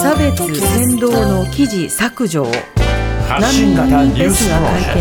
差別扇動の記事削除を発信型ニュースプロ難民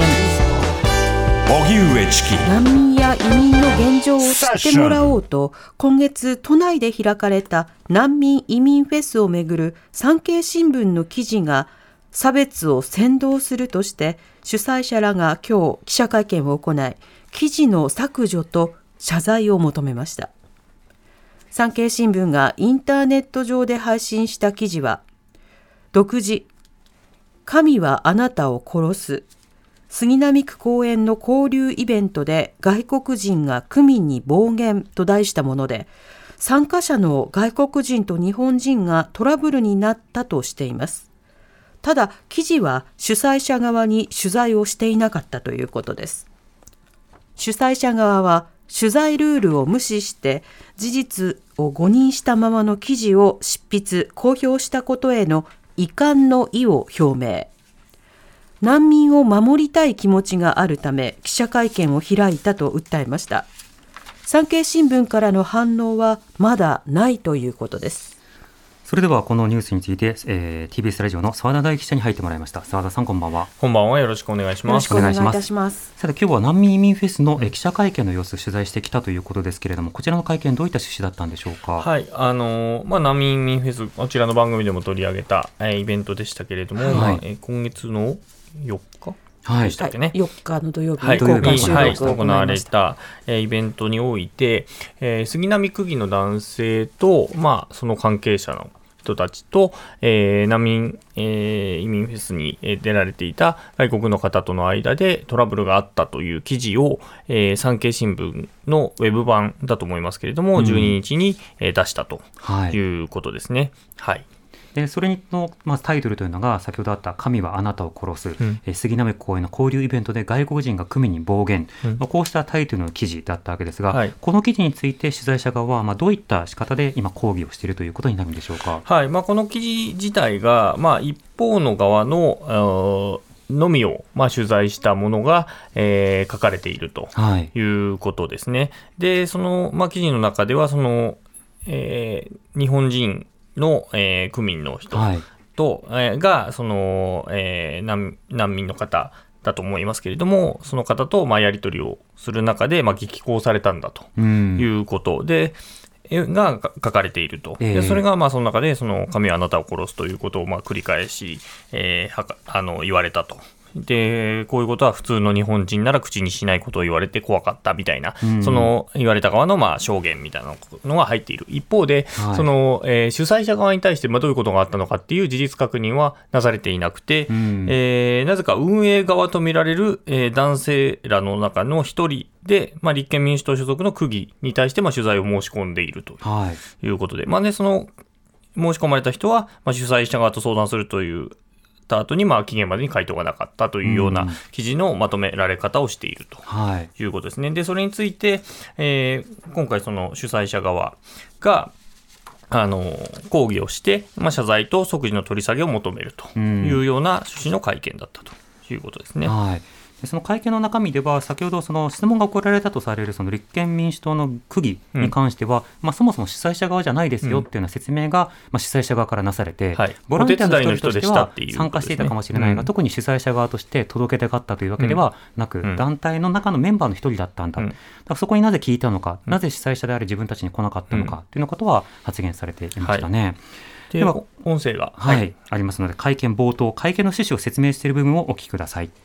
ジェクト荻上チキ難民や移民の現状を知ってもらおうと今月都内で開かれた難民移民フェスをめぐる産経新聞の記事が差別を扇動するとして主催者らが今日記者会見を行い記事の削除と謝罪を求めました。産経新聞がインターネット上で配信した記事は独自神はあなたを殺す杉並区公園の交流イベントで外国人が区民に暴言と題したもので参加者の外国人と日本人がトラブルになったとしています。ただ記事は主催者側に取材をしていなかったということです。主催者側は取材ルールを無視して事実を誤認したままの記事を執筆・公表したことへの遺憾の意を表明。難民を守りたい気持ちがあるため記者会見を開いたと訴えました。産経新聞からの反応はまだないということです。 それではこのニュースについて、TBS ラジオの澤田大記者に入ってもらいました。澤田さん、こんばんは。 こんばんは、よろしくお願いします。 よろしくお願いいたします。 さて、今日は難民移民フェスの記者会見の様子を取材してきたということですけれども、こちらの会見どういった趣旨だったんでしょうか。 はい、難民移民フェス、こちらの番組でも取り上げた、イベントでしたけれども、今月の4日でしたっけね、 4日の土曜日に公開収録を行われた、イベントにおいて、杉並区議の男性と、その関係者の人たちと、難民、移民フェスに出られていた外国の方との間でトラブルがあったという記事を、産経新聞のウェブ版だと思いますけれども、12日に、出したということですね。はい。 でそれの、タイトルというのが先ほどあった神はあなたを殺す、杉並区公園の交流イベントで外国人が区民に暴言、こうしたタイトルの記事だったわけですが、この記事について取材者側は、どういった仕方で今抗議をしているということになるんでしょうか。 はい、この記事自体が、一方の側ののみを、取材したものが、書かれているということですね。でその、記事の中ではその、日本人の、区民の人と、がその、難民の方だと思いますけれども、その方とやり取りをする中で、激高されたんだということで、が書かれていると。でそれがその中でその神はあなたを殺すということを繰り返し、言われたと。でこういうことは普通の日本人なら口にしないことを言われて怖かったみたいな、その言われた側の証言みたいなのが入っている一方で、その主催者側に対してどういうことがあったのかっていう事実確認はなされていなくて、なぜか運営側とみられる、男性らの中の一人で、立憲民主党所属の区議に対して取材を申し込んでいるということで、その申し込まれた人は、主催者側と相談するというた後に期限までに回答がなかったというような記事のまとめられ方をしているということですね。でそれについて、今回その主催者側が抗議をして、謝罪と即時の取り下げを求めるというような趣旨の会見だったということですね。 その会見の中身では先ほどその質問が行われたとされるその立憲民主党の区議に関しては、そもそも主催者側じゃないですよっていうような説明が、主催者側からなされて、ボランティアの一人としては参加していたかもしれないが、特に主催者側として届け出があったというわけではなく、団体の中のメンバーの一人だったんだ、だからそこになぜ聞いたのか、なぜ主催者である自分たちに来なかったのかというようなことは発言されていましたね。 では音声が、 ありますので、会見冒頭、会見の趣旨を説明している部分をお聞きください。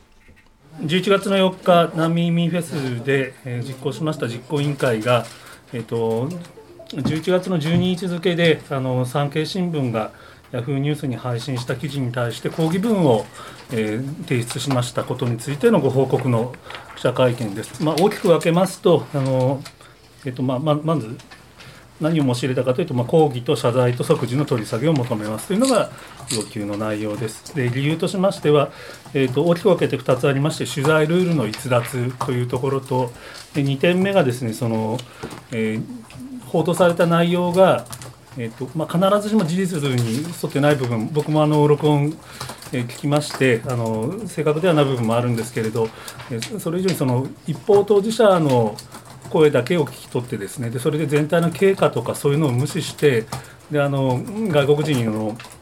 11月の4日、難民移民フェスで実行しました実行委員会が、11月の12日付で産経新聞がヤフーニュースに配信した記事に対して抗議文を提出しましたことについてのご報告の記者会見です。大きく分けますと、まず何を申し入れたかというと、抗議と謝罪と即時の取り下げを求めますというのが要求の内容です。で理由としましては、大きく分けて2つありまして、取材ルールの逸脱というところと、2点目がですね、報道された内容が、必ずしも事実に沿ってない部分、僕も録音聞きまして、正確ではない部分もあるんですけれど、それ以上に一方当事者の声だけを聞き取ってですね、でそれで全体の経過とかそういうのを無視して、で外国人の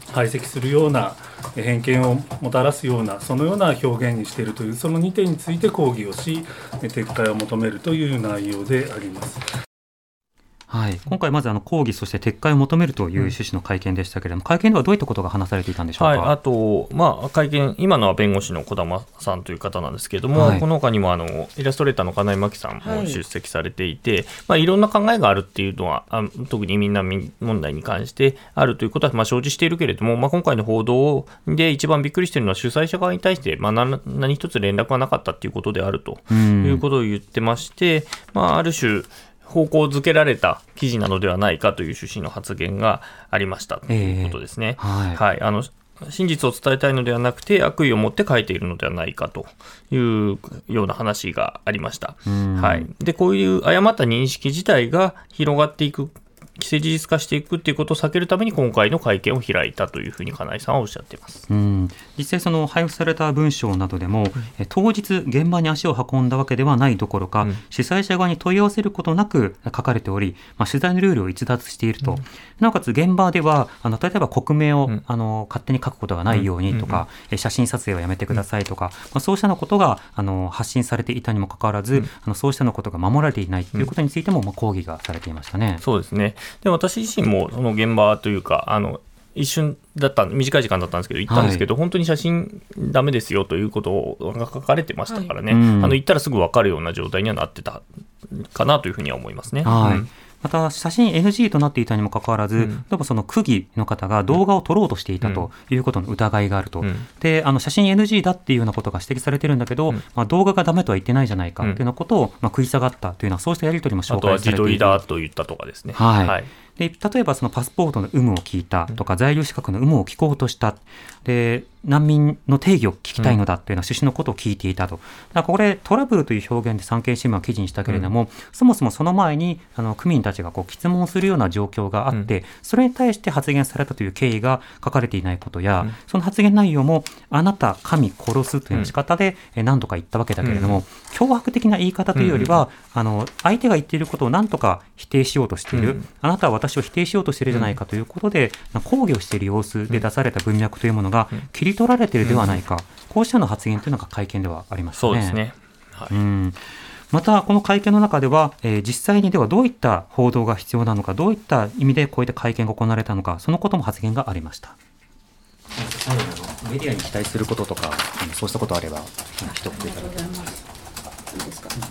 排斥するような偏見をもたらすようなそのような表現にしているというその2点について抗議をし撤回を求めるという内容であります。 はい、今回まず抗議そして撤回を求めるという趣旨の会見でしたけれども、会見ではどういったことが話されていたんでしょうか。 はい、あと、会見、今のは弁護士の児玉さんという方なんですけれども、はい、この他にもイラストレーターの金井真紀さんも出席されていて、いろんな考えがあるっていうのは特にみんな問題に関してあるということは生じしているけれども、今回の報道で一番びっくりしているのは主催者側に対して何一つ連絡がなかったということであるということを言ってまして、ある種方向づけられた記事なのではないかという趣旨の発言がありましたということですね。真実を伝えたいのではなくて悪意を持って書いているのではないかというような話がありました。でこういう誤った認識自体が広がっていく、既成事実化していくということを避けるために今回の会見を開いたというふうに金井さんはおっしゃっています。 実際その配布された文章などでも、当日現場に足を運んだわけではないどころか、主催者側に問い合わせることなく書かれており、取材のルールを逸脱していると、なおかつ現場では例えば国名を、勝手に書くことがないようにとか、写真撮影はやめてくださいとか、そうしたのことが発信されていたにもかかわらず、そうしたのことが守られていないということについても、抗議がされていましたね。 そうですね。で私自身もその現場というか一瞬だった短い時間だったんですけど行ったんですけど、本当に写真ダメですよということが書かれてましたからね、行ったらすぐ分かるような状態にはなってたかなというふうには思いますね。 また写真 NG となっていたにもかかわらず、例えばその区議の方が動画を撮ろうとしていたということの疑いがあると、で写真 NG だっていうようなことが指摘されてるんだけど、動画がダメとは言ってないじゃないかっていうようなことを食い下がったというのは、そうしたやり取りも紹介されている。 あとは自撮りだと言ったとかですね。 で例えばそのパスポートの有無を聞いたとか、在留資格の有無を聞こうとした、で難民の定義を聞きたいのだというような趣旨のことを聞いていたと。だからこれトラブルという表現で産経新聞は記事にしたけれども、そもそもその前に区民たちが質問するような状況があって、それに対して発言されたという経緯が書かれていないことや、その発言内容もあなた神殺すという仕方で何度か言ったわけだけれども、脅迫的な言い方というよりは、相手が言っていることを何とか否定しようとしている、あなたは私を否定しようとしているじゃないかということで、抗議をしている様子で出された文脈というものが切り取られているではないか、こうしたの発言というのが会見ではありましたね。 そうですね。 またこの会見の中では、実際にではどういった報道が必要なのか、どういった意味でこういった会見が行われたのか、そのことも発言がありました。最後にメディアに期待することとか、そうしたことあれば一言いただきます。 いいですか。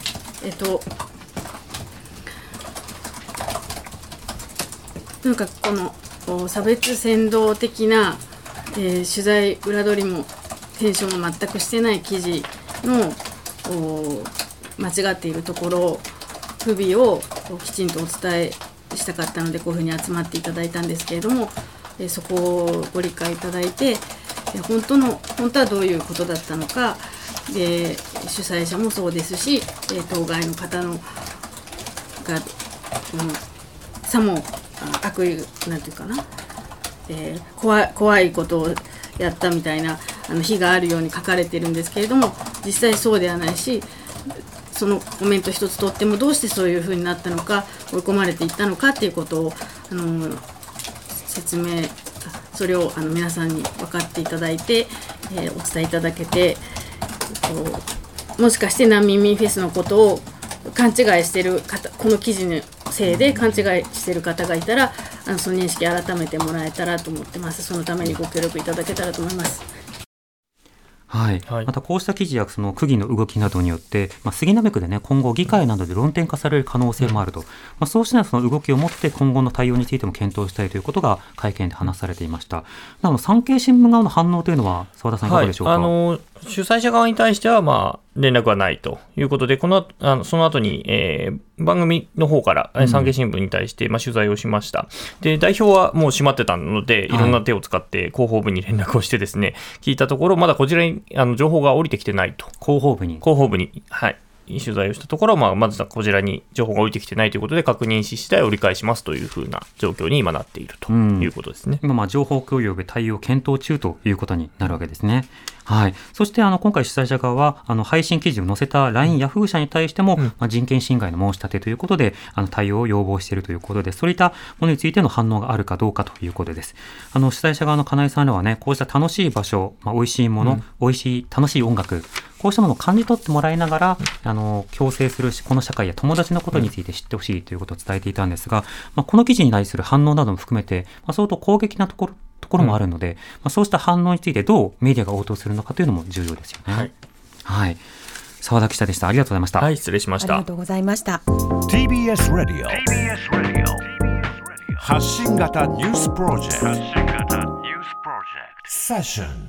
なんかこの差別扇動的な、取材裏取りもテンションも全くしてない記事の間違っているところ、不備をきちんとお伝えしたかったのでこういうふうに集まっていただいたんですけれども、そこをご理解いただいて、本当はどういうことだったのかで、主催者もそうですし、当該の方のがさも悪意なんていうかな、怖いことをやったみたいな非があるように書かれてるんですけれども、実際そうではないし、そのコメント一つとってもどうしてそういうふうになったのか、追い込まれていったのかっていうことを説明、それを皆さんに分かっていただいて、お伝えいただけて、もしかして難民民フェスのことを勘違いしている方、この記事のせいで勘違いしている方がいたら、その認識改めてもらえたらと思ってます。そのためにご協力いただけたらと思います。 またこうした記事やその区議の動きなどによって、杉並区で、今後議会などで論点化される可能性もあると、そうしたその動きをもって今後の対応についても検討したいということが会見で話されていました。産経新聞側の反応というのは澤田さんいかがでしょうか。 主催者側に対しては連絡はないということで、その後に、番組の方から産経新聞に対して取材をしました。で代表はもう閉まってたので、いろんな手を使って広報部に連絡をしてですね、聞いたところまだこちらに情報が降りてきてないと。 広報部に、 取材をしたところ、まずはこちらに情報が降りてきてないということで、確認し次第折り返しますというふうな状況に今なっているということですね。 今、情報共有で対応検討中ということになるわけですね。はい、そして今回主催者側は配信記事を載せた LINE ヤフー社に対しても、人権侵害の申し立てということで対応を要望しているということで、そういったものについての反応があるかどうかということです。主催者側の金井さんらはね、こうした楽しい場所、美味しいもの、美味しい楽しい音楽、こうしたものを感じ取ってもらいながら共生するこの社会や友達のことについて知ってほしいということを伝えていたんですが、この記事に対する反応なども含めて、相当攻撃なところもあるので、そうした反応についてどうメディアが応答するのかというのも重要ですよね。はい、はい、澤田記者でした。ありがとうございました。 はい、失礼しました。 ありがとうございました。 TBS ラディオ発信型ニュースプロジェクトセッション